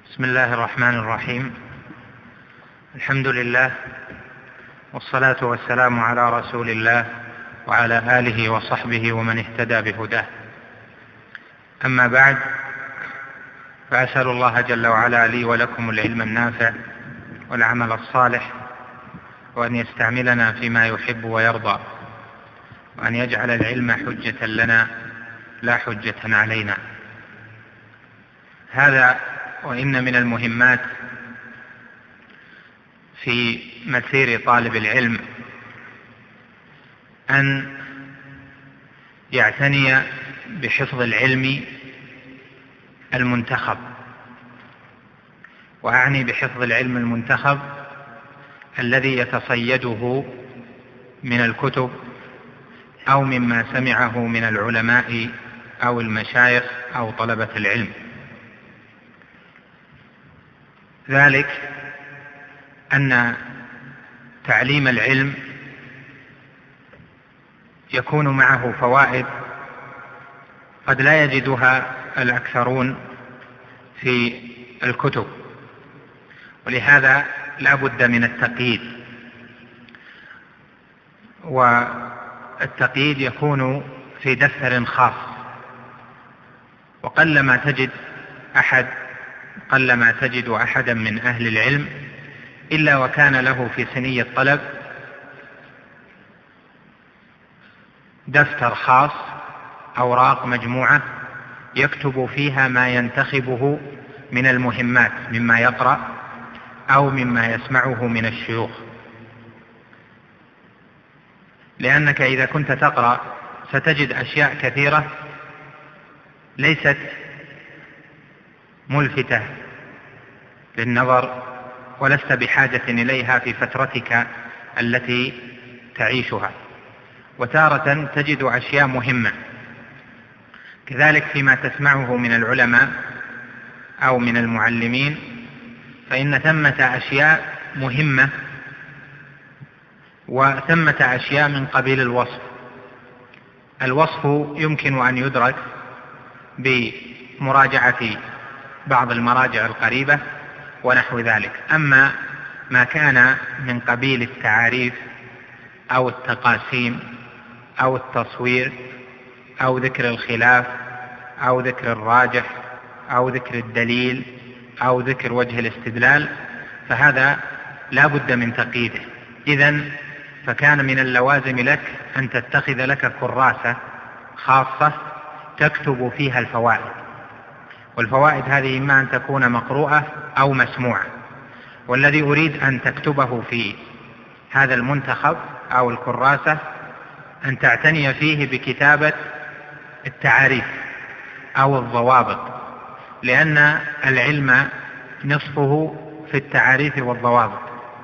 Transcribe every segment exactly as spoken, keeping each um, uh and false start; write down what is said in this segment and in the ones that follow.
بسم الله الرحمن الرحيم. الحمد لله والصلاة والسلام على رسول الله وعلى آله وصحبه ومن اهتدى بهداه. أما بعد، فأسأل الله جل وعلا لي ولكم العلم النافع والعمل الصالح، وأن يستعملنا فيما يحب ويرضى، وأن يجعل العلم حجة لنا لا حجة علينا. هذا وإن من المهمات في مسير طالب العلم أن يعتني بحفظ العلم المنتخب، وأعني بحفظ العلم المنتخب الذي يتصيده من الكتب أو مما سمعه من العلماء أو المشايخ أو طلبة العلم. ذلك أن تعليم العلم يكون معه فوائد قد لا يجدها الأكثرون في الكتب، ولهذا لا بد من التقييد، والتقييد يكون في دفتر خاص. وقلما تجد أحد قلما تجد أحدا من أهل العلم إلا وكان له في سني الطلب دفتر خاص، أوراق مجموعة يكتب فيها ما ينتخبه من المهمات مما يقرأ أو مما يسمعه من الشيوخ. لأنك إذا كنت تقرأ ستجد أشياء كثيرة ليست ملفتة للنظر ولست بحاجة إليها في فترتك التي تعيشها، وتارة تجد أشياء مهمة. كذلك فيما تسمعه من العلماء أو من المعلمين، فإن ثمة أشياء مهمة وثمة أشياء من قبيل الوصف. الوصف يمكن أن يدرك بمراجعة بعض المراجع القريبة ونحو ذلك. أما ما كان من قبيل التعاريف أو التقاسيم أو التصوير أو ذكر الخلاف أو ذكر الراجح أو ذكر الدليل أو ذكر وجه الاستدلال، فهذا لا بد من تقييده. إذن فكان من اللوازم لك أن تتخذ لك كراسة خاصة تكتب فيها الفوائد، والفوائد هذه إما أن تكون مقروءة أو مسموعة. والذي أريد أن تكتبه في هذا المنتخب أو الكراسة أن تعتني فيه بكتابة التعاريف أو الضوابط، لأن العلم نصفه في التعاريف والضوابط،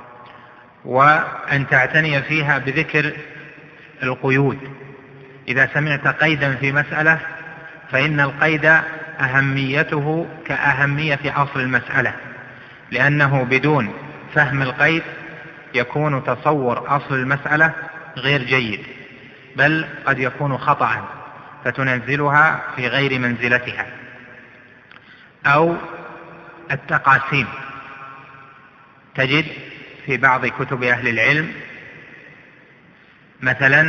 وأن تعتني فيها بذكر القيود. إذا سمعت قيدا في مسألة فإن القيد أهميته كأهمية أصل المسألة، لأنه بدون فهم القيد يكون تصور أصل المسألة غير جيد، بل قد يكون خطأ فتنزلها في غير منزلتها. أو التقاسيم، تجد في بعض كتب أهل العلم مثلا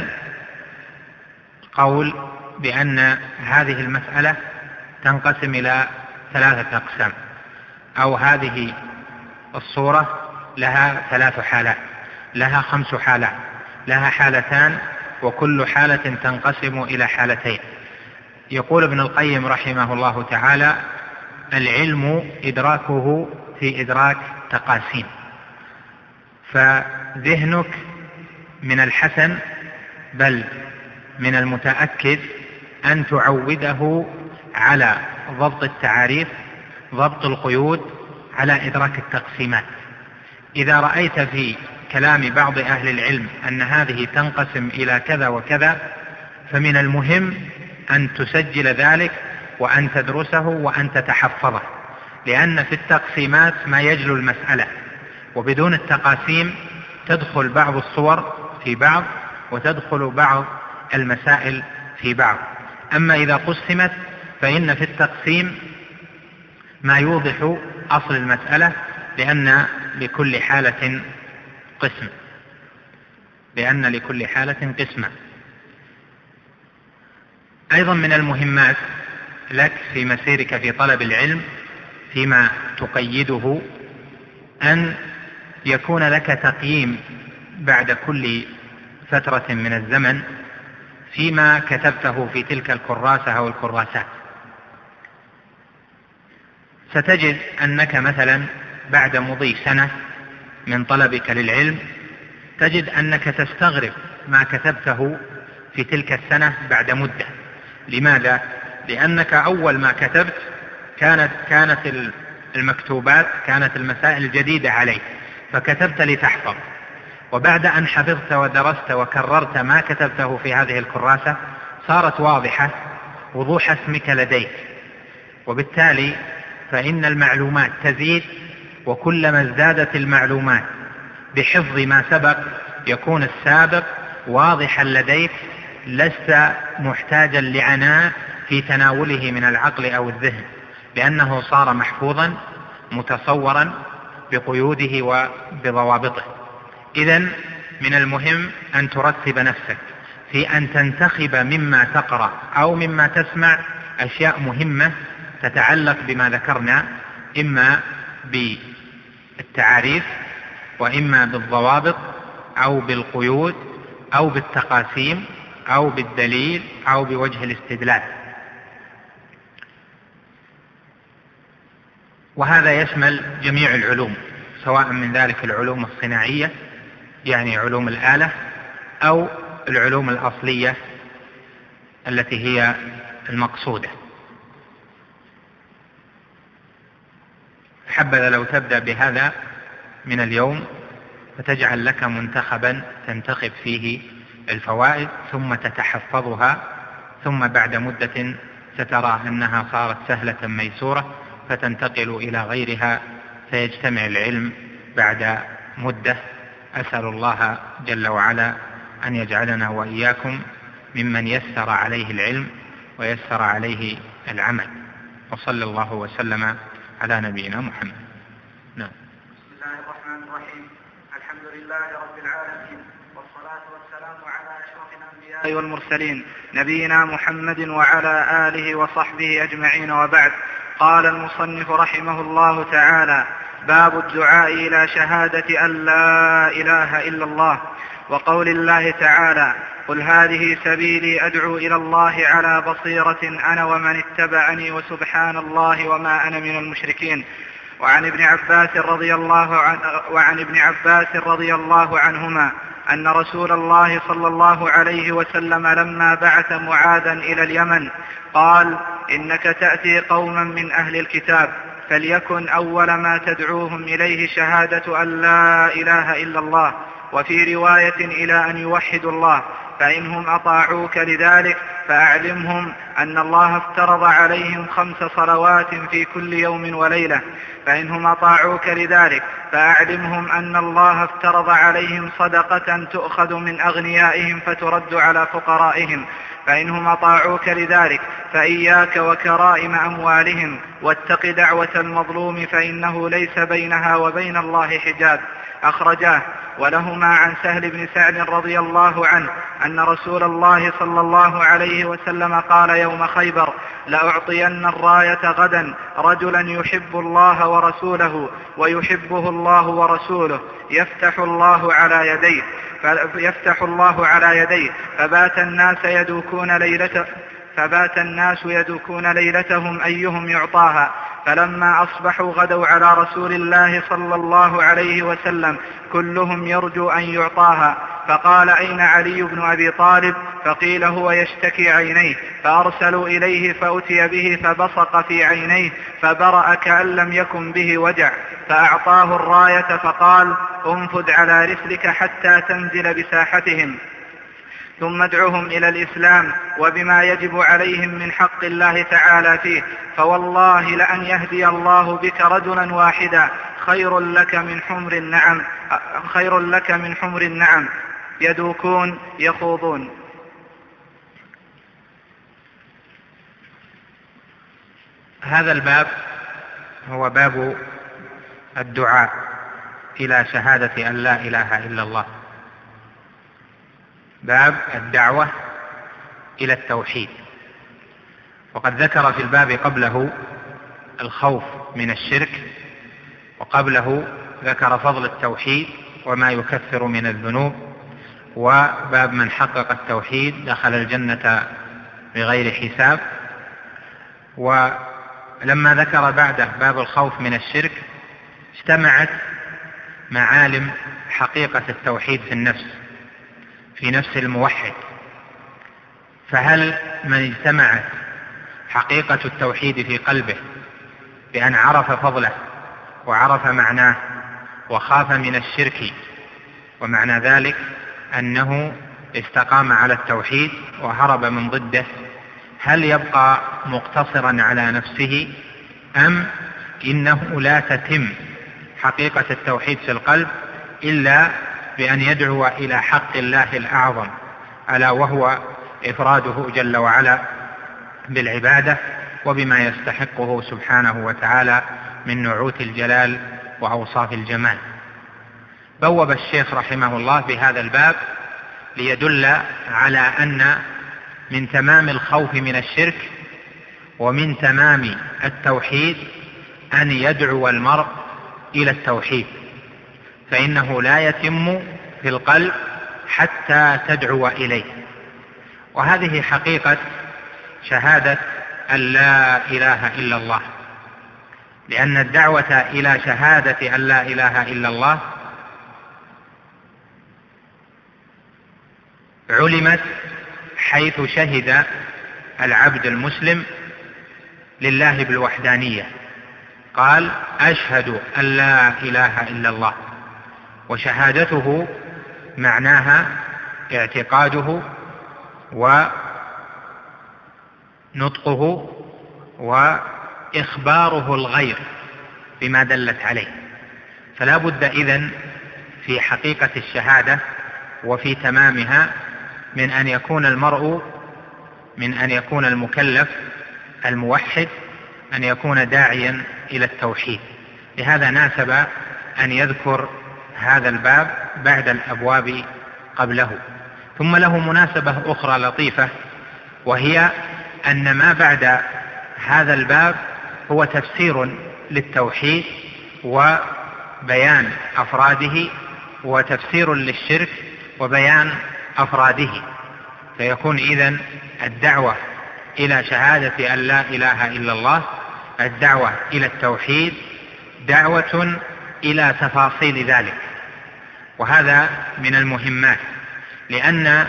قول بأن هذه المسألة تنقسم إلى ثلاثة أقسام، أو هذه الصورة لها ثلاث حالات، لها خمس حالات، لها حالتان، وكل حالة تنقسم إلى حالتين. يقول ابن القيم رحمه الله تعالى: العلم إدراكه في إدراك تقاسيم. فذهنك من الحسن بل من المتأكد أن تعوده على ضبط التعاريف، ضبط القيود، على إدراك التقسيمات. إذا رأيت في كلام بعض أهل العلم أن هذه تنقسم إلى كذا وكذا، فمن المهم أن تسجل ذلك وأن تدرسه وأن تتحفظه، لأن في التقسيمات ما يجلو المسألة، وبدون التقاسيم تدخل بعض الصور في بعض وتدخل بعض المسائل في بعض. أما إذا قسمت فإن في التقسيم ما يوضح أصل المسألة لأن لكل حالة قسم لأن لكل حالة قسمة. أيضا من المهمات لك في مسيرك في طلب العلم فيما تقيده أن يكون لك تقييم بعد كل فترة من الزمن فيما كتبته في تلك الكراسة أو الكراسات. ستجد أنك مثلا بعد مضي سنة من طلبك للعلم تجد أنك تستغرب ما كتبته في تلك السنة بعد مدة. لماذا؟ لأنك أول ما كتبت كانت كانت المكتوبات كانت المسائل جديدة عليك فكتبت لتحفظ، وبعد أن حفظت ودرست وكررت ما كتبته في هذه الكراسة صارت واضحة وضوح اسمك لديك، وبالتالي فإن المعلومات تزيد، وكلما ازدادت المعلومات بحفظ ما سبق يكون السابق واضحا لديك، لست محتاجا لعناء في تناوله من العقل أو الذهن، لأنه صار محفوظا متصورا بقيوده وبضوابطه. إذن من المهم أن ترتب نفسك في أن تنتخب مما تقرأ أو مما تسمع أشياء مهمة تتعلق بما ذكرنا، إما بالتعاريف وإما بالضوابط أو بالقيود أو بالتقاسيم أو بالدليل أو بوجه الاستدلال. وهذا يشمل جميع العلوم، سواء من ذلك العلوم الصناعية يعني علوم الآلة أو العلوم الأصلية التي هي المقصودة. حبذا لو تبدأ بهذا من اليوم فتجعل لك منتخبا تنتخب فيه الفوائد ثم تتحفظها، ثم بعد مدة سترى أنها صارت سهلة ميسورة فتنتقل إلى غيرها فيجتمع العلم بعد مدة. أسأل الله جل وعلا أن يجعلنا وإياكم ممن يسر عليه العلم ويسر عليه العمل، وصلى الله وسلم على نبينا محمد. نعم. بسم الله الرحمن الرحيم. الحمد لله رب العالمين، والصلاة والسلام على أشرف الأنبياء والمرسلين نبينا محمد وعلى آله وصحبه أجمعين، وبعد. قال المصنف رحمه الله تعالى: باب الدعاء إلى شهادة أن لا إله إلا الله، وقول الله تعالى: قل هذه سبيلي أدعو إلى الله على بصيرة أنا ومن اتبعني وسبحان الله وما أنا من المشركين. وعن ابن عباس رضي الله عن وعن ابن عباس رضي الله عنهما أن رسول الله صلى الله عليه وسلم لما بعث معاذا إلى اليمن قال: إنك تأتي قوما من أهل الكتاب، فليكن أول ما تدعوهم إليه شهادة أن لا إله إلا الله، وفي رواية إلى أن يوحدوا الله، فإنهم أطاعوك لذلك فأعلمهم أن الله افترض عليهم خمس صلوات في كل يوم وليلة، فإنهم أطاعوك لذلك فأعلمهم أن الله افترض عليهم صدقة تؤخذ من أغنيائهم فترد على فقرائهم، فإنهم أطاعوك لذلك فإياك وكرائم أموالهم، واتق دعوة المظلوم فإنه ليس بينها وبين الله حجاب. أخرجاه. ولهما عن سهل بن سعد رضي الله عنه أن رسول الله صلى الله عليه وسلم قال يوم خيبر: لأعطين الراية غدا رجلا يحب الله ورسوله ويحبه الله ورسوله، يفتح الله على يديه فيفتح الله على يديه فبات الناس يدوكون ليلته فبات الناس يدوكون ليلتهم أيهم يعطاها، فلما أصبحوا غدوا على رسول الله صلى الله عليه وسلم كلهم يرجو أن يعطاها، فقال: أين علي بن أبي طالب؟ فقيل: هو يشتكي عينيه، فأرسلوا إليه فأتي به فبصق في عينيه فبرأ كأن لم يكن به وجع، فأعطاه الراية فقال: انفذ على رسلك حتى تنزل بساحتهم، ثم ادعهم إلى الإسلام وبما يجب عليهم من حق الله تعالى فيه، فوالله لأن يهدي الله بك رجلا واحدا خير لك من حمر النعم خير لك من حمر النعم يدوكون يخوضون. هذا الباب هو باب الدعاء إلى شهادة أن لا إله إلا الله، باب الدعوة إلى التوحيد. وقد ذكر في الباب قبله الخوف من الشرك، وقبله ذكر فضل التوحيد وما يكفر من الذنوب، وباب من حقق التوحيد دخل الجنة بغير حساب. ولما ذكر بعده باب الخوف من الشرك اجتمعت معالم حقيقة التوحيد في النفس، في نفس الموحد. فهل من اجتمعت حقيقة التوحيد في قلبه بأن عرف فضله وعرف معناه وخاف من الشرك، ومعنى ذلك أنه استقام على التوحيد وهرب من ضده، هل يبقى مقتصرا على نفسه، أم إنه لا تتم حقيقة التوحيد في القلب إلا بأن يدعو إلى حق الله الأعظم، ألا وهو إفراده جل وعلا بالعبادة وبما يستحقه سبحانه وتعالى من نعوت الجلال وأوصاف الجمال. بوب الشيخ رحمه الله بهذا الباب ليدل على أن من تمام الخوف من الشرك ومن تمام التوحيد أن يدعو المرء إلى التوحيد، فإنه لا يتم في القلب حتى تدعو إليه. وهذه حقيقة شهادة أن لا إله إلا الله، لأن الدعوة إلى شهادة أن لا إله إلا الله علمت حيث شهد العبد المسلم لله بالوحدانية، قال أشهد أن لا إله إلا الله. وشهادته معناها اعتقاده ونطقه وإخباره الغير بما دلت عليه. فلا بد إذن في حقيقة الشهادة وفي تمامها من أن يكون المرء من أن يكون المكلف الموحد أن يكون داعيا إلى التوحيد. لهذا ناسب أن يذكر هذا الباب بعد الأبواب قبله. ثم له مناسبة أخرى لطيفة، وهي أن ما بعد هذا الباب هو تفسير للتوحيد وبيان أفراده، وتفسير للشرك وبيان أفراده. فيكون إذن الدعوة إلى شهادة أن لا إله إلا الله، الدعوة إلى التوحيد، دعوة إلى تفاصيل ذلك. وهذا من المهمات، لأن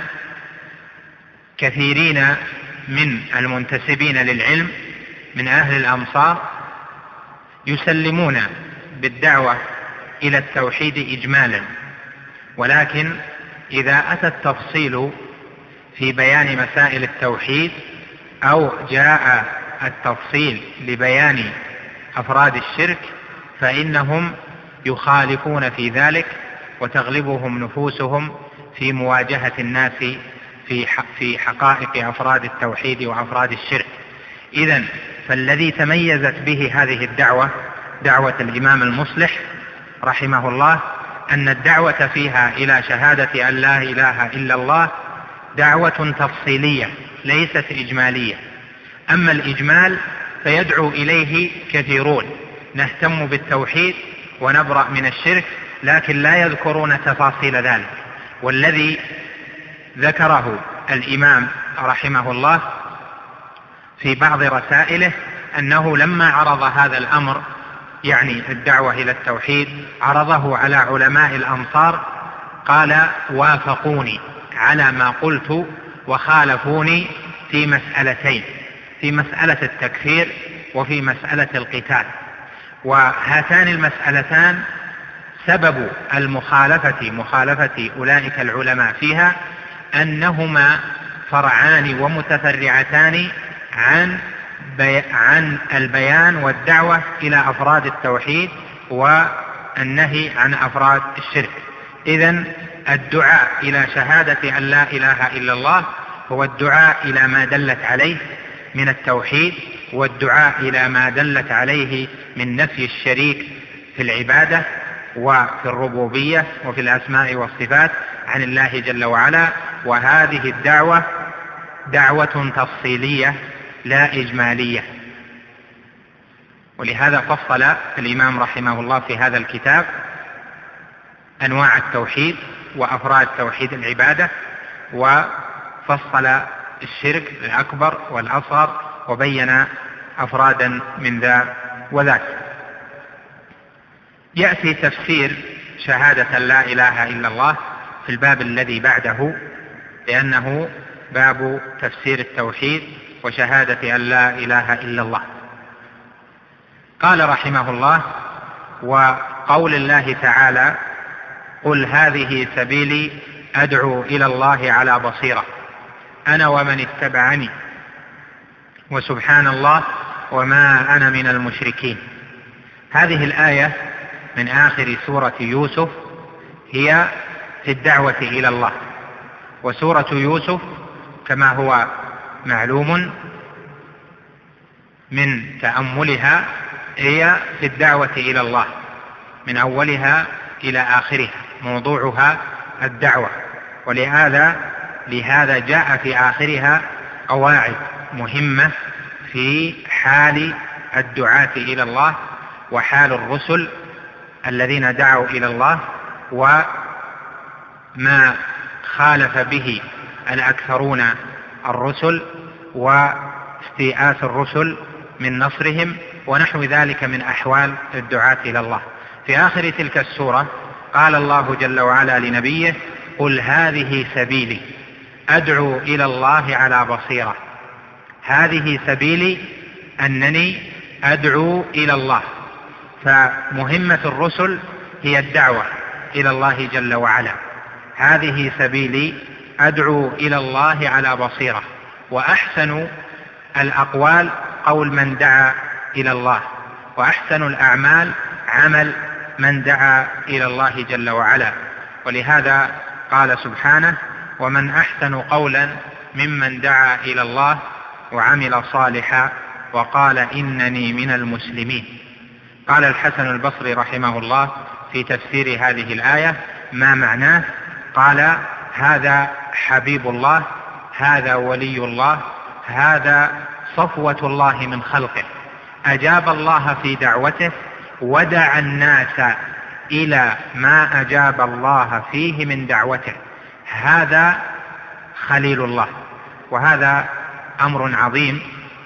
كثيرين من المنتسبين للعلم من أهل الأمصار يسلمون بالدعوة إلى التوحيد إجمالا، ولكن إذا أتى التفصيل في بيان مسائل التوحيد أو جاء التفصيل لبيان أفراد الشرك فإنهم يخالفون في ذلك، وتغلبهم نفوسهم في مواجهة الناس في في حقائق أفراد التوحيد وأفراد الشرك. إذن فالذي تميزت به هذه الدعوة دعوة الإمام المصلح رحمه الله أن الدعوة فيها إلى شهادة أن لا إله إلا الله دعوة تفصيلية ليست إجمالية. أما الإجمال فيدعو إليه كثيرون، نهتم بالتوحيد ونبرأ من الشرك، لكن لا يذكرون تفاصيل ذلك. والذي ذكره الإمام رحمه الله في بعض رسائله أنه لما عرض هذا الأمر، يعني الدعوة إلى التوحيد، عرضه على علماء الأمصار، قال وافقوني على ما قلت وخالفوني في مسألتين، في مسألة التكفير وفي مسألة القتال. وهاتان المسألتان سبب المخالفة مخالفة أولئك العلماء فيها أنهما فرعان ومتفرعتان عن بي عن البيان والدعوة إلى أفراد التوحيد والنهي عن أفراد الشرك. إذن الدعاء إلى شهادة أن لا إله إلا الله هو الدعاء إلى ما دلت عليه من التوحيد والدعاء إلى ما دلت عليه من نفي الشريك في العبادة وفي الربوبية وفي الأسماء والصفات عن الله جل وعلا. وهذه الدعوة دعوة تفصيلية لا إجمالية، ولهذا فصل الإمام رحمه الله في هذا الكتاب أنواع التوحيد وأفراد توحيد العبادة، وفصل الشرك الأكبر والأصغر، وبين أفرادا من ذا وذاك. يأتي تفسير شهادة لا إله إلا الله في الباب الذي بعده، لأنه باب تفسير التوحيد وشهادة أن لا إله إلا الله. قال رحمه الله: وقول الله تعالى: قل هذه سبيلي أدعو إلى الله على بصيرة أنا ومن اتبعني وسبحان الله وما أنا من المشركين. هذه الآية من آخر سورة يوسف هي في الدعوة إلى الله، وسورة يوسف كما هو معلوم من تأملها هي في الدعوة إلى الله من أولها إلى آخرها، موضوعها الدعوة، ولهذا لهذا جاء في آخرها قواعد مهمة في حال الدعاة إلى الله وحال الرسل الذين دعوا إلى الله، وما خالف به الأكثرون الرسل، واستيئاس الرسل من نصرهم، ونحو ذلك من أحوال الدعاة إلى الله. في آخر تلك السورة قال الله جل وعلا لنبيه: قل هذه سبيلي أدعو إلى الله على بصيرة. هذه سبيلي أنني أدعو إلى الله، فمهمة الرسل هي الدعوة إلى الله جل وعلا. هذه سبيلي أدعو إلى الله على بصيرة، وأحسن الأقوال قول من دعا إلى الله، وأحسن الأعمال عمل من دعا إلى الله جل وعلا. ولهذا قال سبحانه: ومن أحسن قولا ممن دعا إلى الله وعمل صالحا وقال إنني من المسلمين. قال الحسن البصري رحمه الله في تفسير هذه الآية ما معناه؟ قال: هذا حبيب الله، هذا ولي الله، هذا صفوة الله من خلقه، أجاب الله في دعوته ودعا الناس إلى ما أجاب الله فيه من دعوته، هذا خليل الله. وهذا أمر عظيم،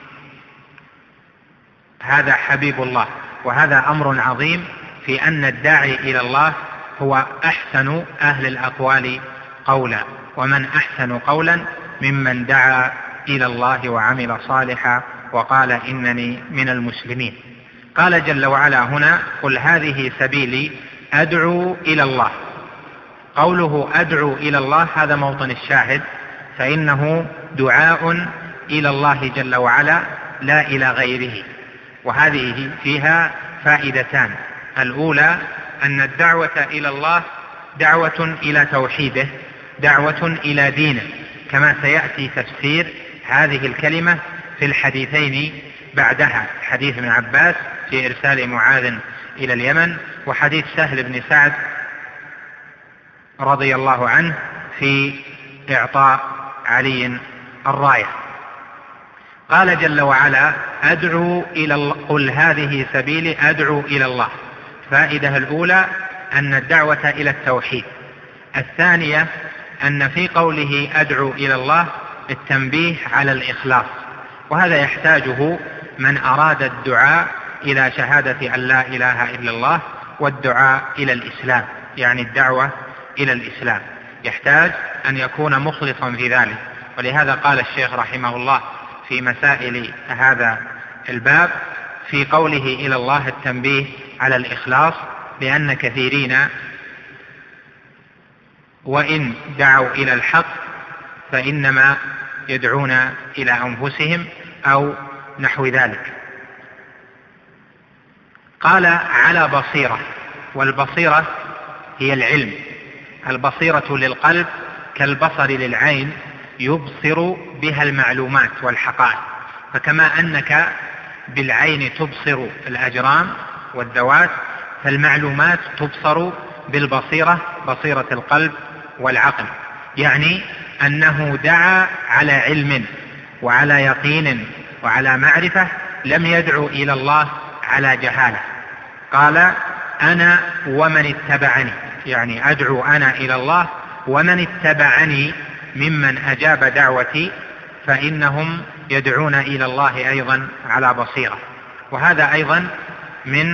هذا حبيب الله، وهذا أمر عظيم في أن الداعي إلى الله هو أحسن أهل الأقوال قولا، ومن أحسن قولا ممن دعا إلى الله وعمل صالحا وقال إنني من المسلمين. قال جل وعلا هنا: قل هذه سبيلي أدعو إلى الله. قوله أدعو إلى الله هذا موطن الشاهد، فإنه دعاء إلى الله جل وعلا لا إلى غيره. وهذه فيها فائدتان: الأولى أن الدعوة إلى الله دعوة إلى توحيده، دعوة إلى دينه، كما سيأتي تفسير هذه الكلمة في الحديثين بعدها، حديث ابن عباس في إرسال معاذ إلى اليمن، وحديث سهل بن سعد رضي الله عنه في إعطاء علي الراية. قال جل وعلا: أدعو إلى الله، قل هذه سبيلي أدعو إلى الله. فائدة الأولى أن الدعوة إلى التوحيد. الثانية أن في قوله أدعو إلى الله التنبيه على الإخلاص، وهذا يحتاجه من أراد الدعاء إلى شهادة أن لا إله إلا الله والدعاء إلى الإسلام، يعني الدعوة إلى الإسلام، يحتاج أن يكون مخلصا في ذلك. ولهذا قال الشيخ رحمه الله في مسائل هذا الباب في قوله إلى الله التنبيه على الإخلاص، لأن كثيرين وإن دعوا إلى الحق فإنما يدعون إلى أنفسهم أو نحو ذلك. قال: على بصيرة، والبصيرة هي العلم. البصيرة للقلب كالبصر للعين، يبصر بها المعلومات والحقائق. فكما أنك بالعين تبصر الأجرام والذوات، فالمعلومات تبصر بالبصيرة، بصيرة القلب والعقل. يعني أنه دعا على علم وعلى يقين وعلى معرفة، لم يدعو إلى الله على جهالة. قال أنا ومن اتبعني، يعني أدعو أنا إلى الله ومن اتبعني ممن أجاب دعوتي فإنهم يدعون إلى الله أيضا على بصيرة. وهذا أيضا من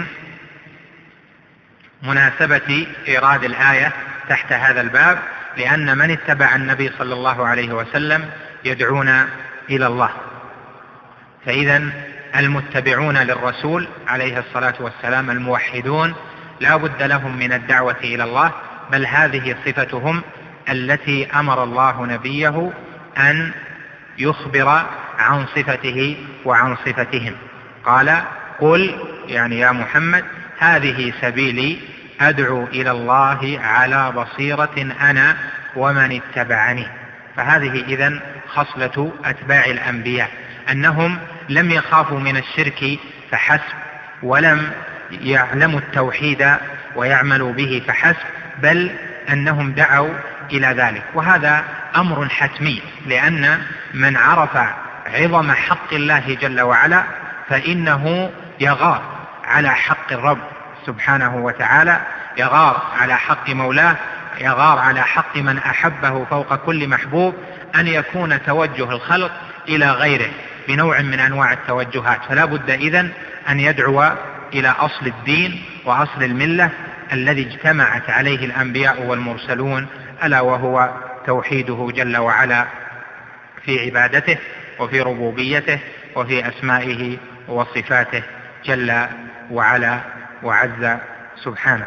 مناسبة إيراد الآية تحت هذا الباب، لأن من اتبع النبي صلى الله عليه وسلم يدعون إلى الله. فإذا المتبعون للرسول عليه الصلاة والسلام الموحدون لا بد لهم من الدعوة إلى الله، بل هذه صفتهم التي أمر الله نبيه أن يخبر عن صفته وعن صفتهم. قال قل، يعني يا محمد، هذه سبيلي أدعو إلى الله على بصيرة أنا ومن اتبعني. فهذه إذن خصلة أتباع الأنبياء، أنهم لم يخافوا من الشرك فحسب، ولم يعلموا التوحيد ويعملوا به فحسب، بل أنهم دعوا إلى ذلك. وهذا أمر حتمي، لأن من عرف عظم حق الله جل وعلا فإنه يغار على حق الرب سبحانه وتعالى، يغار على حق مولاه، يغار على حق من أحبه فوق كل محبوب، أن يكون توجه الخلق إلى غيره بنوع من أنواع التوجهات. فلا بد إذن أن يدعو إلى أصل الدين وأصل الملة الذي اجتمعت عليه الأنبياء والمرسلون، ألا وهو توحيده جل وعلا في عبادته وفي ربوبيته وفي أسمائه وصفاته جل وعلا وعز سبحانه.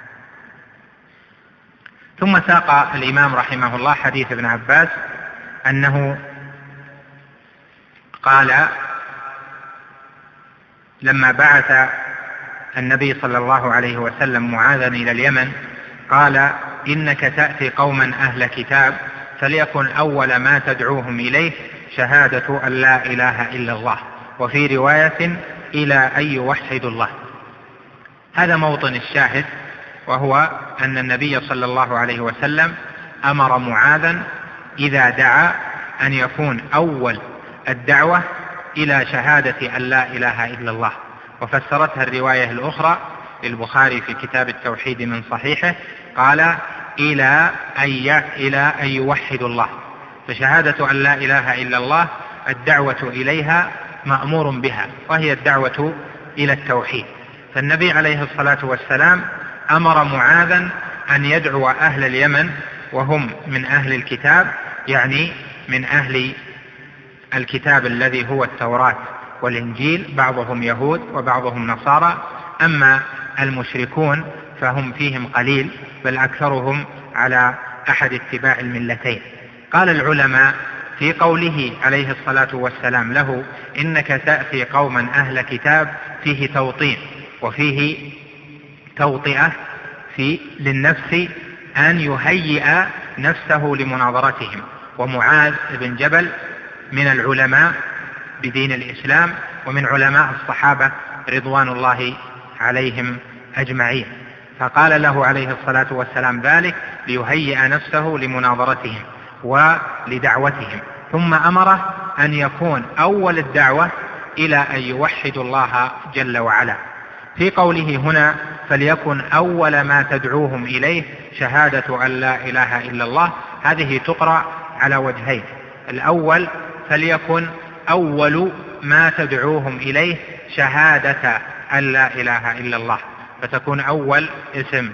ثم ساق الإمام رحمه الله حديث ابن عباس أنه قال لما بعث النبي صلى الله عليه وسلم معاذا إلى اليمن قال إنك تأتي قوما أهل كتاب فليكن أول ما تدعوهم إليه شهادة أن لا إله إلا الله، وفي رواية إلى أن يوحدوا الله. هذا موطن الشاهد، وهو أن النبي صلى الله عليه وسلم أمر معاذا إذا دعا أن يكون أول الدعوة إلى شهادة أن لا إله إلا الله. وفسرتها الرواية الأخرى للبخاري في كتاب التوحيد من صحيحه، قال إلى أن إلى أن يوحدوا الله. فشهادة أن لا إله إلا الله الدعوة إليها مأمور بها، وهي الدعوة إلى التوحيد. فالنبي عليه الصلاة والسلام أمر معاذا أن يدعو أهل اليمن وهم من أهل الكتاب، يعني من أهل الكتاب الذي هو التوراة والإنجيل، بعضهم يهود وبعضهم نصارى. أما المشركون فهم فيهم قليل، بل أكثرهم على أحد اتباع الملتين. قال العلماء في قوله عليه الصلاة والسلام له إنك تأتي قوما أهل كتاب فيه توطين وفيه توطئة في للنفس أن يهيئ نفسه لمناظرتهم. ومعاذ بن جبل من العلماء بدين الإسلام ومن علماء الصحابة رضوان الله عليهم أجمعين، فقال له عليه الصلاة والسلام ذلك ليهيئ نفسه لمناظرتهم ولدعوتهم. ثم أمره أن يكون أول الدعوة إلى أن يوحدوا الله جل وعلا. في قوله هنا فليكن أول ما تدعوهم إليه شهادة أن لا إله إلا الله، هذه تقرأ على وجهين. الأول فليكن أول ما تدعوهم إليه شهادة أن لا إله إلا الله، فتكون أول اسم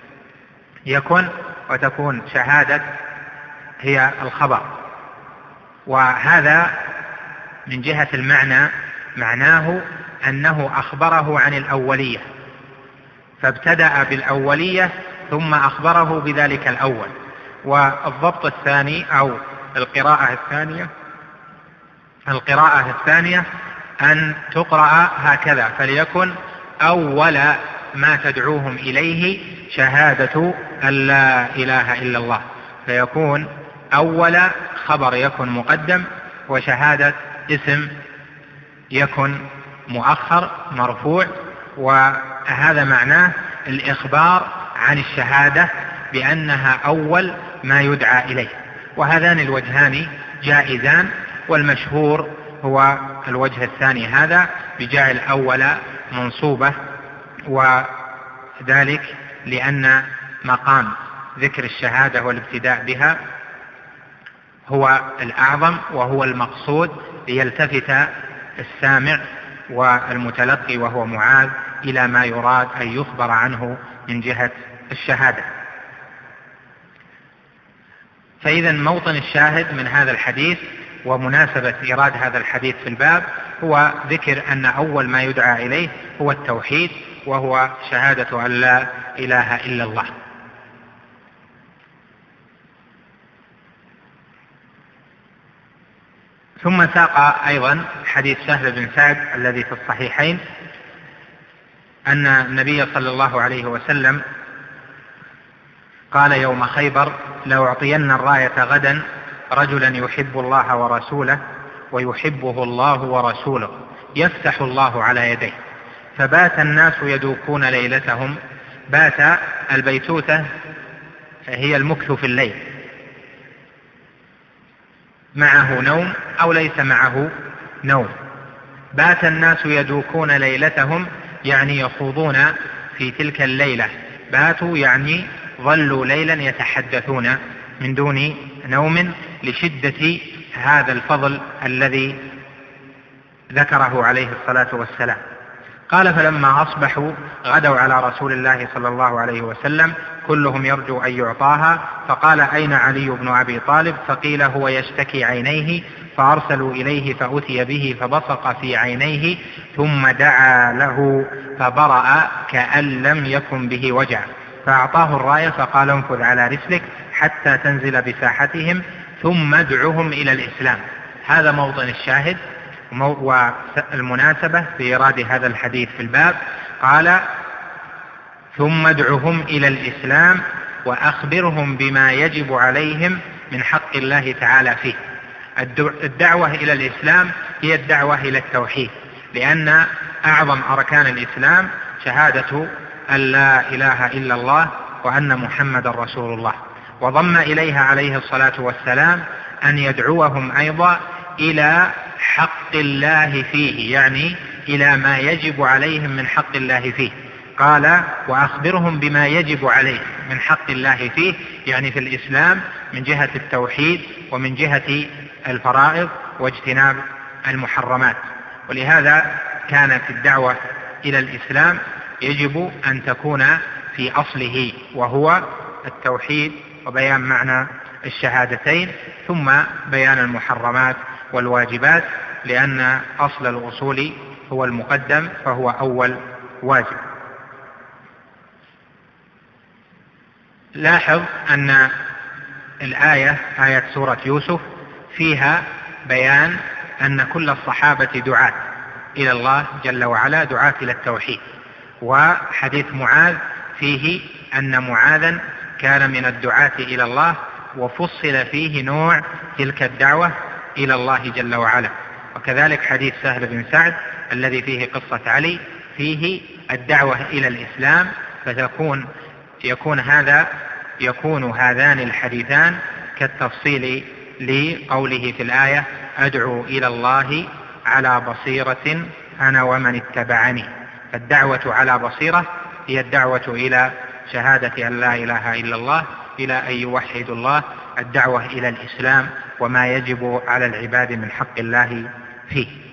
يكن، وتكون شهادة هي الخبر. وهذا من جهة المعنى معناه أنه أخبره عن الأولية، فابتدأ بالأولية ثم أخبره بذلك الأول. والضبط الثاني أو القراءة الثانية القراءة الثانية أن تقرأ هكذا فليكن أول ما تدعوهم إليه شهادة أن لا إله إلا الله، فيكون أول خبر يكن مقدم، وشهادة اسم يكن مؤخر مرفوع، وهذا معناه الإخبار عن الشهادة بأنها أول ما يدعى إليه. وهذان الوجهان جائزان، والمشهور هو الوجه الثاني هذا بجعل أول منصوبة، وذلك لأن مقام ذكر الشهادة والابتداء بها هو الأعظم وهو المقصود، ليلتفت السامع والمتلقي وهو معاذ إلى ما يراد أن يخبر عنه من جهة الشهادة. فإذا موطن الشاهد من هذا الحديث ومناسبة إيراد هذا الحديث في الباب هو ذكر أن أول ما يدعى إليه هو التوحيد، وهو شهادة أن لا إله إلا الله. ثم ساق أيضا حديث سهل بن سعد الذي في الصحيحين أن النبي صلى الله عليه وسلم قال يوم خيبر: لأعطين الراية غدا رجلا يحب الله ورسوله ويحبه الله ورسوله يفتح الله على يديه. فبات الناس يدوكون ليلتهم. بات البيتوتة هي المكث في الليل، معه نوم أو ليس معه نوم. بات الناس يدوكون ليلتهم يعني يخوضون في تلك الليلة. باتوا يعني ظلوا ليلا يتحدثون من دون نوم لشدة هذا الفضل الذي ذكره عليه الصلاة والسلام. قال: فلما أصبحوا غدوا على رسول الله صلى الله عليه وسلم كلهم يرجو أن يعطاها، فقال: أين علي بن أبي طالب؟ فقيل: هو يشتكي عينيه. فأرسلوا إليه فأتي به فبصق في عينيه ثم دعا له فبرأ كأن لم يكن به وجع، فأعطاه الراية فقال: انفذ على رسلك حتى تنزل بساحتهم ثم ادعهم إلى الإسلام. هذا موطن الشاهد والمناسبة في إيراد هذا الحديث في الباب. قال: ثم ادعهم إلى الإسلام وأخبرهم بما يجب عليهم من حق الله تعالى فيه. الدعوة إلى الإسلام هي الدعوة إلى التوحيد، لأن أعظم أركان الإسلام شهادة أن لا إله إلا الله وأن محمد رسول الله، وضم إليها عليه الصلاة والسلام أن يدعوهم أيضا إلى حق الله فيه، يعني إلى ما يجب عليهم من حق الله فيه. قال: وأخبرهم بما يجب عليه من حق الله فيه، يعني في الإسلام من جهة التوحيد ومن جهة الفرائض واجتناب المحرمات. ولهذا كانت الدعوة إلى الإسلام يجب أن تكون في أصله وهو التوحيد وبيان معنى الشهادتين، ثم بيان المحرمات والواجبات، لأن أصل الأصول هو المقدم فهو أول واجب. لاحظ أن الآية آية سورة يوسف فيها بيان أن كل الصحابة دعاة إلى الله جل وعلا، دعاة إلى التوحيد. وحديث معاذ فيه أن معاذا كان من الدعاة إلى الله، وفصل فيه نوع تلك الدعوة إلى الله جل وعلا. وكذلك حديث سهل بن سعد الذي فيه قصة علي فيه الدعوة إلى الإسلام، فتكون يكون هذا يكون هذان الحديثان كالتفصيل لقوله في الآية: أدعو إلى الله على بصيرة أنا ومن اتبعني. فالدعوة على بصيرة هي الدعوة إلى شهادة أن لا إله إلا الله، إلى أن يوحدوا الله، الدعوة إلى الإسلام وما يجب على العباد من حق الله فيه.